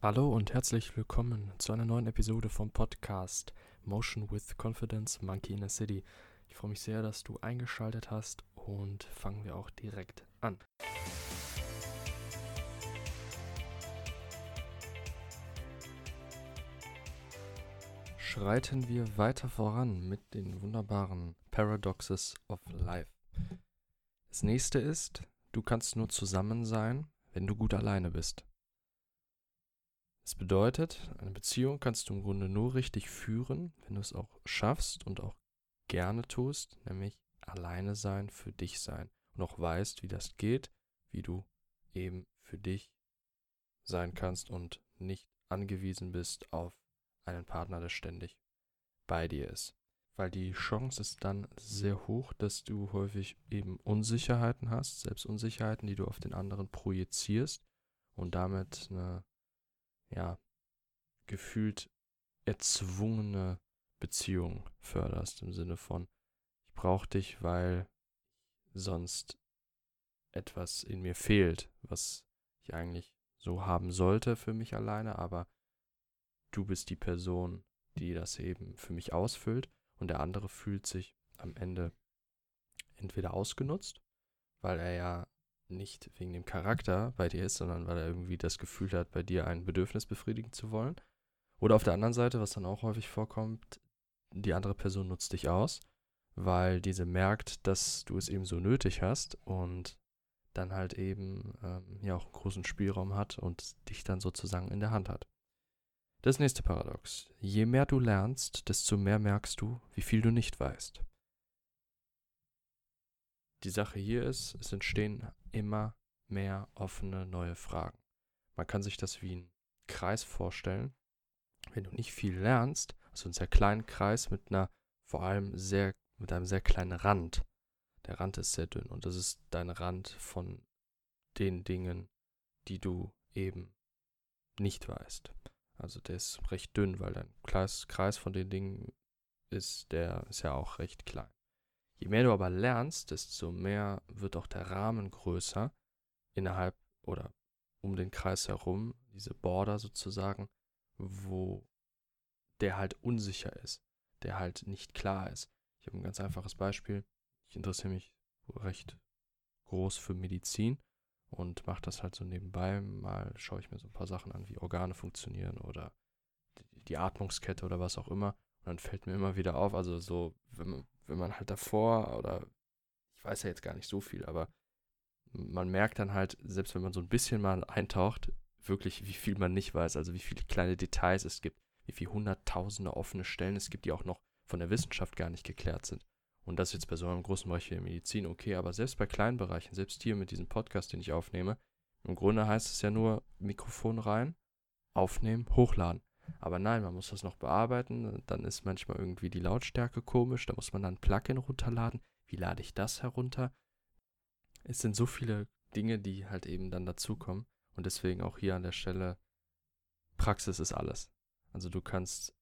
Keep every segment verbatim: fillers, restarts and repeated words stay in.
Hallo und herzlich willkommen zu einer neuen Episode vom Podcast Motion with Confidence, Monkey in a City. Ich freue mich sehr, dass du eingeschaltet hast und fangen wir auch direkt an. Schreiten wir weiter voran mit den wunderbaren Paradoxes of Life. Das nächste ist, du kannst nur zusammen sein, wenn du gut alleine bist. Das bedeutet, eine Beziehung kannst du im Grunde nur richtig führen, wenn du es auch schaffst und auch gerne tust, nämlich alleine sein, für dich sein und auch weißt, wie das geht, wie du eben für dich sein kannst und nicht angewiesen bist auf einen Partner, der ständig bei dir ist. Weil die Chance ist dann sehr hoch, dass du häufig eben Unsicherheiten hast, Selbstunsicherheiten, die du auf den anderen projizierst und damit eine ja, gefühlt erzwungene Beziehung förderst, im Sinne von, ich brauche dich, weil sonst etwas in mir fehlt, was ich eigentlich so haben sollte für mich alleine, aber du bist die Person, die das eben für mich ausfüllt und der andere fühlt sich am Ende entweder ausgenutzt, weil er ja nicht wegen dem Charakter bei dir ist, sondern weil er irgendwie das Gefühl hat, bei dir ein Bedürfnis befriedigen zu wollen. Oder auf der anderen Seite, was dann auch häufig vorkommt, die andere Person nutzt dich aus, weil diese merkt, dass du es eben so nötig hast und dann halt eben ähm, ja auch einen großen Spielraum hat und dich dann sozusagen in der Hand hat. Das nächste Paradox. Je mehr du lernst, desto mehr merkst du, wie viel du nicht weißt. Die Sache hier ist, es entstehen immer mehr offene neue Fragen. Man kann sich das wie einen Kreis vorstellen. Wenn du nicht viel lernst, also einen sehr kleinen Kreis mit einer vor allem sehr, mit einem sehr kleinen Rand. Der Rand ist sehr dünn und das ist dein Rand von den Dingen, die du eben nicht weißt. Also der ist recht dünn, weil dein Kreis, Kreis von den Dingen ist, der ist ja auch recht klein. Je mehr du aber lernst, desto mehr wird auch der Rahmen größer innerhalb oder um den Kreis herum, diese Border sozusagen, wo der halt unsicher ist, der halt nicht klar ist. Ich habe ein ganz einfaches Beispiel. Ich interessiere mich recht groß für Medizin und mache das halt so nebenbei. Mal schaue ich mir so ein paar Sachen an, wie Organe funktionieren oder die Atmungskette oder was auch immer. Und dann fällt mir immer wieder auf, also so, wenn man, wenn man halt davor oder ich weiß ja jetzt gar nicht so viel, aber man merkt dann halt, selbst wenn man so ein bisschen mal eintaucht, wirklich, wie viel man nicht weiß, also wie viele kleine Details es gibt, wie viele hunderttausende offene Stellen es gibt, die auch noch von der Wissenschaft gar nicht geklärt sind. Und das jetzt bei so einem großen Bereich wie der Medizin, okay, aber selbst bei kleinen Bereichen, selbst hier mit diesem Podcast, den ich aufnehme, im Grunde heißt es ja nur Mikrofon rein, aufnehmen, hochladen. Aber nein, man muss das noch bearbeiten, dann ist manchmal irgendwie die Lautstärke komisch, da muss man dann ein Plugin runterladen. Wie lade ich das herunter? Es sind so viele Dinge, die halt eben dann dazukommen. Und deswegen auch hier an der Stelle, Praxis ist alles. Also du kannst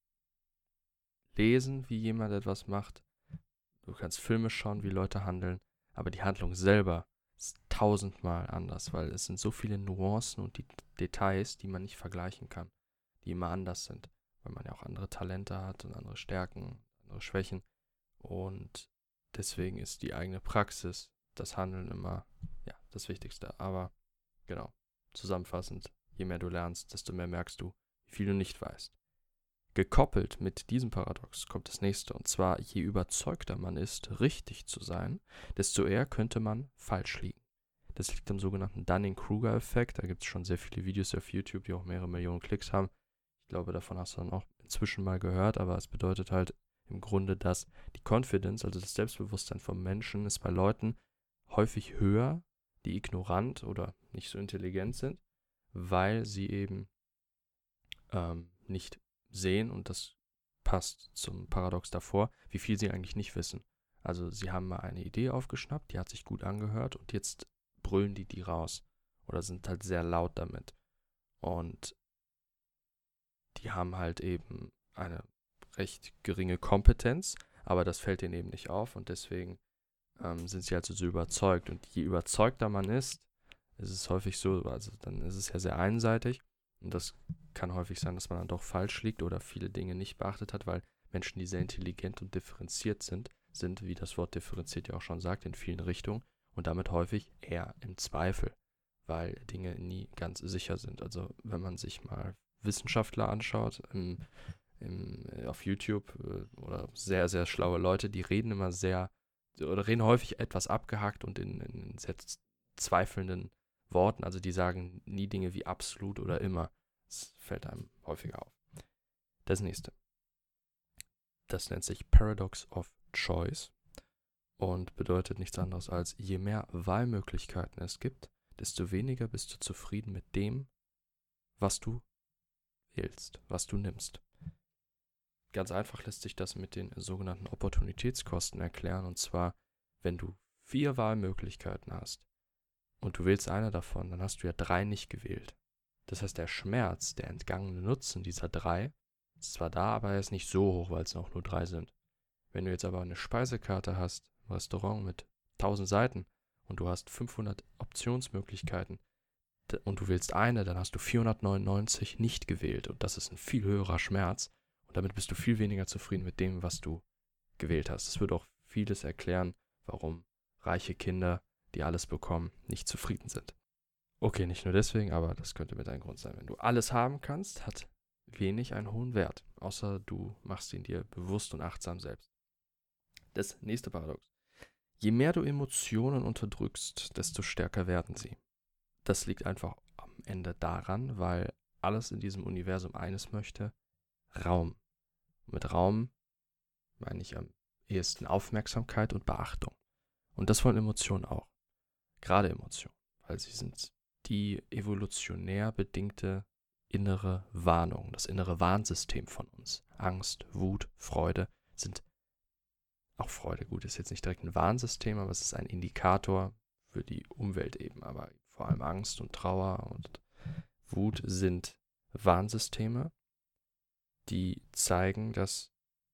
lesen, wie jemand etwas macht. Du kannst Filme schauen, wie Leute handeln. Aber die Handlung selber ist tausendmal anders, weil es sind so viele Nuancen und die Details, die man nicht vergleichen kann, die immer anders sind, weil man ja auch andere Talente hat und andere Stärken, andere Schwächen. Und deswegen ist die eigene Praxis, das Handeln immer, ja, das Wichtigste. Aber genau, zusammenfassend, je mehr du lernst, desto mehr merkst du, wie viel du nicht weißt. Gekoppelt mit diesem Paradox kommt das nächste, und zwar, je überzeugter man ist, richtig zu sein, desto eher könnte man falsch liegen. Das liegt am sogenannten Dunning-Kruger-Effekt. Da gibt es schon sehr viele Videos auf YouTube, die auch mehrere Millionen Klicks haben. Ich glaube, davon hast du dann auch inzwischen mal gehört, aber es bedeutet halt im Grunde, dass die Confidence, also das Selbstbewusstsein vom Menschen, ist bei Leuten häufig höher, die ignorant oder nicht so intelligent sind, weil sie eben ähm, nicht sehen, und das passt zum Paradox davor, wie viel sie eigentlich nicht wissen. Also sie haben mal eine Idee aufgeschnappt, die hat sich gut angehört und jetzt brüllen die die raus oder sind halt sehr laut damit. Und die haben halt eben eine recht geringe Kompetenz, aber das fällt denen eben nicht auf und deswegen ähm, sind sie also so überzeugt. Und je überzeugter man ist, ist es häufig so, also dann ist es ja sehr einseitig Und das kann häufig sein, dass man dann doch falsch liegt oder viele Dinge nicht beachtet hat, weil Menschen, die sehr intelligent und differenziert sind, sind, wie das Wort differenziert ja auch schon sagt, in vielen Richtungen und damit häufig eher im Zweifel, weil Dinge nie ganz sicher sind. Also wenn man sich mal Wissenschaftler anschaut, im, im, auf YouTube äh, oder sehr, sehr schlaue Leute, die reden immer sehr, oder reden häufig etwas abgehackt und in, in sehr zweifelnden Worten. Also die sagen nie Dinge wie absolut oder immer. Das fällt einem häufiger auf. Das nächste. Das nennt sich Paradox of Choice und bedeutet nichts anderes als, je mehr Wahlmöglichkeiten es gibt, desto weniger bist du zufrieden mit dem, was du wählst, was du nimmst. Ganz einfach lässt sich das mit den sogenannten Opportunitätskosten erklären. Und zwar, wenn du vier Wahlmöglichkeiten hast und du wählst eine davon, dann hast du ja drei nicht gewählt. Das heißt, der Schmerz, der entgangene Nutzen dieser drei ist zwar da, aber er ist nicht so hoch, weil es auch nur drei sind. Wenn du jetzt aber eine Speisekarte hast, ein Restaurant mit tausend Seiten und du hast fünfhundert Optionsmöglichkeiten und du wählst eine, dann hast du vierhundertneunundneunzig nicht gewählt und das ist ein viel höherer Schmerz und damit bist du viel weniger zufrieden mit dem, was du gewählt hast. Das würde auch vieles erklären, warum reiche Kinder, die alles bekommen, nicht zufrieden sind. Okay, nicht nur deswegen, aber das könnte mit ein Grund sein. Wenn du alles haben kannst, hat wenig einen hohen Wert, außer du machst ihn dir bewusst und achtsam selbst. Das nächste Paradox. Je mehr du Emotionen unterdrückst, desto stärker werden sie. Das liegt einfach am Ende daran, weil alles in diesem Universum eines möchte, Raum. Mit Raum meine ich am ehesten Aufmerksamkeit und Beachtung. Und das wollen Emotionen auch. Gerade Emotionen, weil sie sind die evolutionär bedingte innere Warnung, das innere Warnsystem von uns. Angst, Wut, Freude sind, auch Freude, gut, ist jetzt nicht direkt ein Warnsystem, aber es ist ein Indikator für die Umwelt eben. Aber vor allem Angst und Trauer und Wut sind Warnsysteme, die zeigen, dass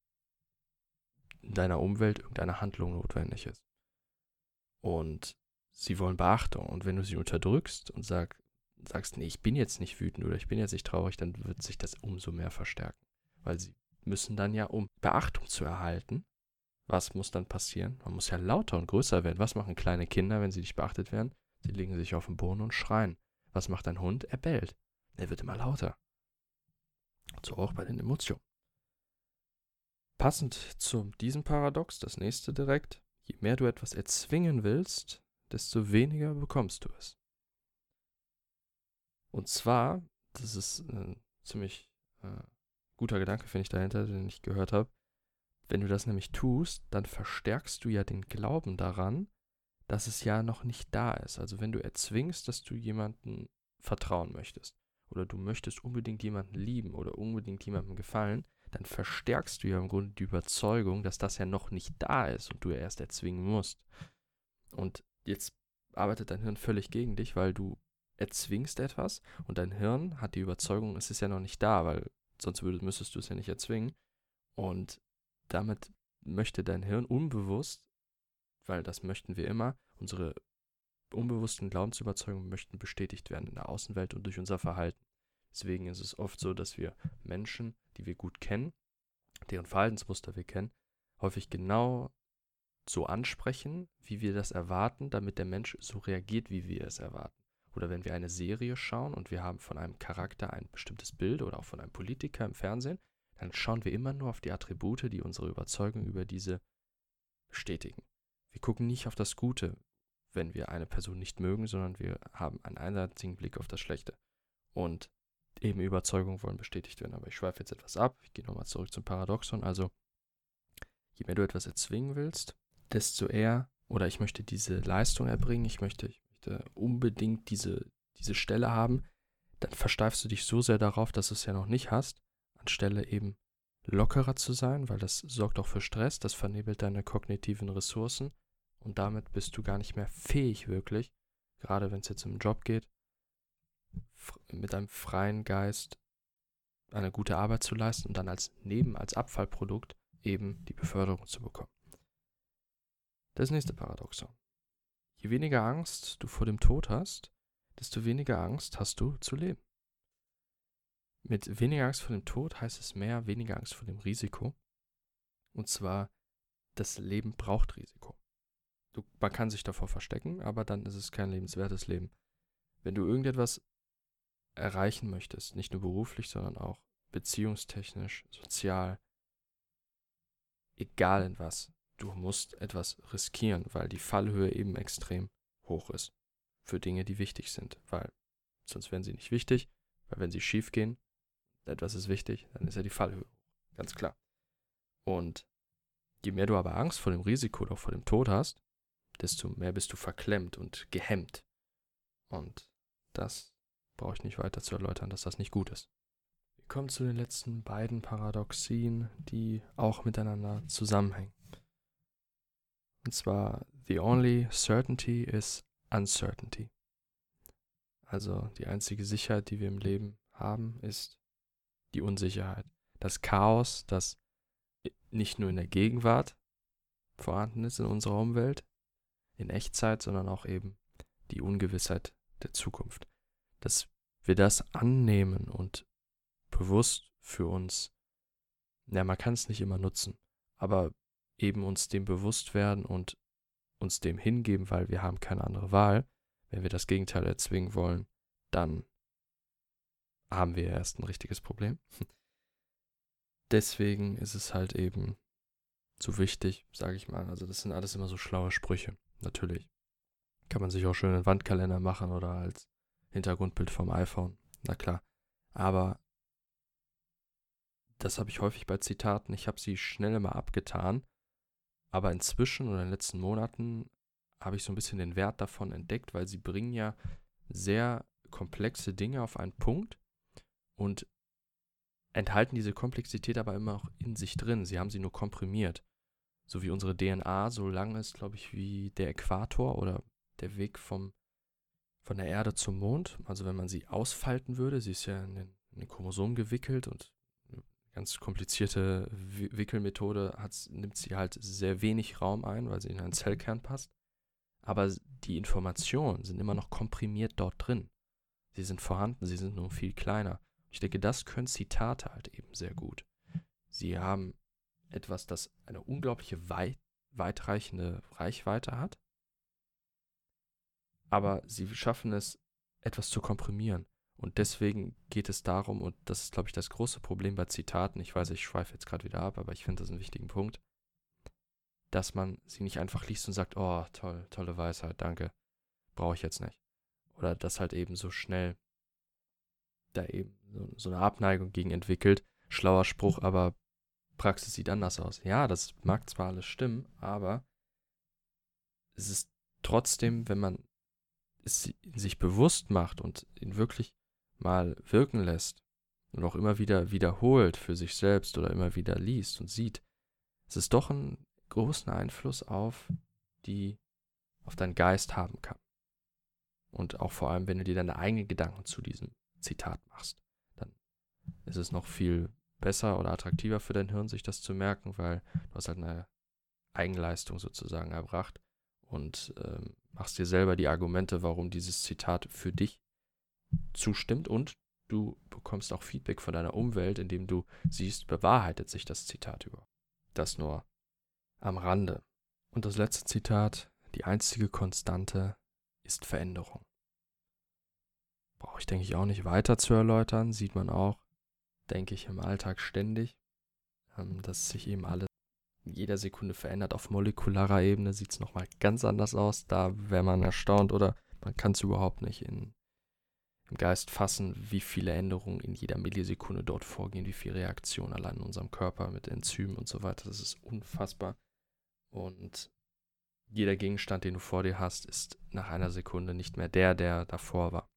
in deiner Umwelt irgendeine Handlung notwendig ist. Und sie wollen Beachtung. Und wenn du sie unterdrückst und sag, sagst, nee, ich bin jetzt nicht wütend oder ich bin jetzt nicht traurig, dann wird sich das umso mehr verstärken. Weil sie müssen dann ja, um Beachtung zu erhalten, was muss dann passieren? Man muss ja lauter und größer werden. Was machen kleine Kinder, wenn sie nicht beachtet werden? Sie legen sich auf den Boden und schreien. Was macht ein Hund? Er bellt. Er wird immer lauter. Und so auch bei den Emotionen. Passend zu diesem Paradox, das nächste direkt, je mehr du etwas erzwingen willst, desto weniger bekommst du es. Und zwar, das ist ein ziemlich äh, guter Gedanke, finde ich, dahinter, den ich gehört habe. Wenn du das nämlich tust, dann verstärkst du ja den Glauben daran, dass es ja noch nicht da ist. Also wenn du erzwingst, dass du jemandem vertrauen möchtest oder du möchtest unbedingt jemanden lieben oder unbedingt jemandem gefallen, dann verstärkst du ja im Grunde die Überzeugung, dass das ja noch nicht da ist und du ja erst erzwingen musst. Und jetzt arbeitet dein Hirn völlig gegen dich, weil du erzwingst etwas und dein Hirn hat die Überzeugung, es ist ja noch nicht da, weil sonst würdest, müsstest du es ja nicht erzwingen. Und damit möchte dein Hirn unbewusst, weil das möchten wir immer, unsere unbewussten Glaubensüberzeugungen möchten bestätigt werden in der Außenwelt und durch unser Verhalten. Deswegen ist es oft so, dass wir Menschen, die wir gut kennen, deren Verhaltensmuster wir kennen, häufig genau so ansprechen, wie wir das erwarten, damit der Mensch so reagiert, wie wir es erwarten. Oder wenn wir eine Serie schauen und wir haben von einem Charakter ein bestimmtes Bild oder auch von einem Politiker im Fernsehen, dann schauen wir immer nur auf die Attribute, die unsere Überzeugung über diese bestätigen. Wir gucken nicht auf das Gute, wenn wir eine Person nicht mögen, sondern wir haben einen einseitigen Blick auf das Schlechte. Und eben Überzeugungen wollen bestätigt werden. Aber ich schweife jetzt etwas ab. Ich gehe nochmal zurück zum Paradoxon. Also, je mehr du etwas erzwingen willst, desto eher, oder ich möchte diese Leistung erbringen, ich möchte, ich möchte unbedingt diese, diese Stelle haben, dann versteifst du dich so sehr darauf, dass du es ja noch nicht hast, anstelle eben lockerer zu sein, weil das sorgt auch für Stress, das vernebelt deine kognitiven Ressourcen und damit bist du gar nicht mehr fähig wirklich, gerade wenn es jetzt um den Job geht, mit einem freien Geist eine gute Arbeit zu leisten und dann als Neben-, als Abfallprodukt eben die Beförderung zu bekommen. Das nächste Paradoxon. Je weniger Angst du vor dem Tod hast, desto weniger Angst hast du zu leben. mit weniger Angst vor dem Tod heißt es mehr weniger Angst vor dem Risiko. Und zwar, das Leben braucht Risiko. Du, man kann sich davor verstecken, aber dann ist es kein lebenswertes Leben. Wenn du irgendetwas erreichen möchtest, nicht nur beruflich, sondern auch beziehungstechnisch, sozial, egal in was, du musst etwas riskieren, weil die Fallhöhe eben extrem hoch ist für Dinge, die wichtig sind, weil sonst wären sie nicht wichtig, weil wenn sie schief gehen, etwas ist wichtig, dann ist ja die Fallhöhe hoch, ganz klar. Und je mehr du aber Angst vor dem Risiko oder vor dem Tod hast, desto mehr bist du verklemmt und gehemmt. Und das brauche ich nicht weiter zu erläutern, dass das nicht gut ist. Wir kommen zu den letzten beiden Paradoxien, die auch miteinander zusammenhängen. Und zwar, the only certainty is uncertainty. Also die einzige Sicherheit, die wir im Leben haben, ist die Unsicherheit. Das Chaos, das nicht nur in der Gegenwart vorhanden ist in unserer Umwelt, in Echtzeit, sondern auch eben die Ungewissheit der Zukunft. Dass wir das annehmen und bewusst für uns, ja, man kann es nicht immer nutzen, aber eben uns dem bewusst werden und uns dem hingeben, weil wir haben keine andere Wahl. Wenn wir das Gegenteil erzwingen wollen, dann haben wir erst ein richtiges Problem. Deswegen ist es halt eben so wichtig, sage ich mal. Also das sind alles immer so schlaue Sprüche. Natürlich kann man sich auch schön einen Wandkalender machen oder als Hintergrundbild vom iPhone. Na klar. Aber das habe ich häufig bei Zitaten. Ich habe sie schnell immer abgetan. Aber inzwischen oder in den letzten Monaten habe ich so ein bisschen den Wert davon entdeckt, weil sie bringen ja sehr komplexe Dinge auf einen Punkt und enthalten diese Komplexität aber immer auch in sich drin. Sie haben sie nur komprimiert. So wie unsere D N A so lang ist, glaube ich, wie der Äquator oder der Weg vom, von der Erde zum Mond. Also wenn man sie ausfalten würde, sie ist ja in den, in den Chromosomen gewickelt und eine ganz komplizierte Wickelmethode hat, nimmt sie halt sehr wenig Raum ein, weil sie in einen Zellkern passt. Aber die Informationen sind immer noch komprimiert dort drin. Sie sind vorhanden, sie sind nur viel kleiner. Ich denke, das können Zitate halt eben sehr gut. Sie haben etwas, das eine unglaubliche weit, weitreichende Reichweite hat, aber sie schaffen es, etwas zu komprimieren. Und deswegen geht es darum, und das ist, glaube ich, das große Problem bei Zitaten, ich weiß, ich schweife jetzt gerade wieder ab, aber ich finde das einen wichtigen Punkt, dass man sie nicht einfach liest und sagt, oh, toll, tolle Weisheit, danke, brauche ich jetzt nicht. Oder dass halt eben so schnell da eben so, so eine Abneigung gegen entwickelt. Schlauer Spruch, aber Praxis sieht anders aus. Ja, das mag zwar alles stimmen, aber es ist trotzdem, wenn man es sich bewusst macht und ihn wirklich mal wirken lässt und auch immer wieder wiederholt für sich selbst oder immer wieder liest und sieht, es ist doch einen großen Einfluss auf die, auf deinen Geist haben kann. Und auch vor allem, wenn du dir deine eigenen Gedanken zu diesem Zitat machst, dann ist es noch viel besser oder attraktiver für dein Hirn, sich das zu merken, weil du hast halt eine Eigenleistung sozusagen erbracht und ähm, machst dir selber die Argumente, warum dieses Zitat für dich zustimmt und du bekommst auch Feedback von deiner Umwelt, indem du siehst, bewahrheitet sich das Zitat über. Das nur am Rande. Und das letzte Zitat, die einzige Konstante ist Veränderung. Brauche ich, denke ich, auch nicht weiter zu erläutern, sieht man auch, denke ich, im Alltag ständig, ähm, dass sich eben alles in jeder Sekunde verändert. Auf molekularer Ebene sieht es nochmal ganz anders aus. Da wäre man erstaunt oder man kann es überhaupt nicht in, im Geist fassen, wie viele Änderungen in jeder Millisekunde dort vorgehen, wie viele Reaktionen allein in unserem Körper mit Enzymen und so weiter. Das ist unfassbar. Und jeder Gegenstand, den du vor dir hast, ist nach einer Sekunde nicht mehr der, der davor war.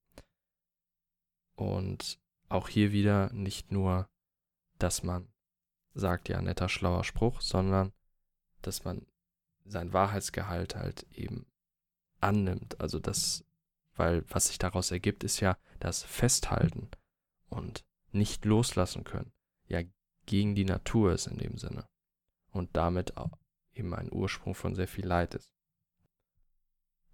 Und auch hier wieder nicht nur, dass man sagt, ja, netter, schlauer Spruch, sondern dass man sein Wahrheitsgehalt halt eben annimmt. Also das, weil was sich daraus ergibt, ist ja das Festhalten und nicht loslassen können. Ja, gegen die Natur ist in dem Sinne. Und damit auch eben ein Ursprung von sehr viel Leid ist.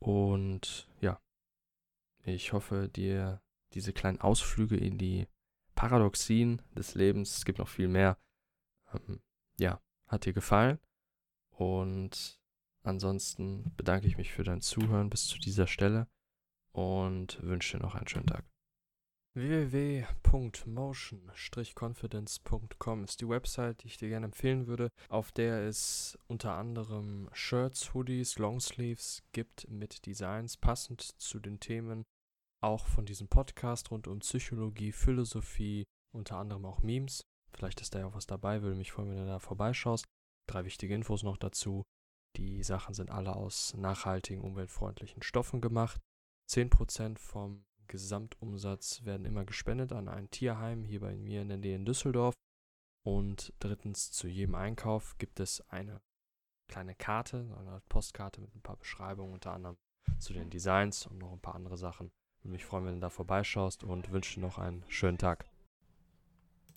Und ja, ich hoffe, dir diese kleinen Ausflüge in die Paradoxien des Lebens. Es gibt noch viel mehr. Ähm, ja, hat dir gefallen? Und ansonsten bedanke ich mich für dein Zuhören bis zu dieser Stelle und wünsche dir noch einen schönen Tag. w w w punkt motion dash confidence punkt com ist die Website, die ich dir gerne empfehlen würde, auf der es unter anderem Shirts, Hoodies, Longsleeves gibt mit Designs passend zu den Themen, auch von diesem Podcast rund um Psychologie, Philosophie, unter anderem auch Memes. Vielleicht ist da ja auch was dabei, würde mich freuen, wenn du da vorbeischaust. Drei wichtige Infos noch dazu. Die Sachen sind alle aus nachhaltigen, umweltfreundlichen Stoffen gemacht. zehn Prozent vom Gesamtumsatz werden immer gespendet an ein Tierheim hier bei mir in der Nähe in Düsseldorf. Und drittens, zu jedem Einkauf gibt es eine kleine Karte, eine Postkarte mit ein paar Beschreibungen, unter anderem zu den Designs und noch ein paar andere Sachen. Würde mich freuen, wenn du da vorbeischaust und wünsche dir noch einen schönen Tag.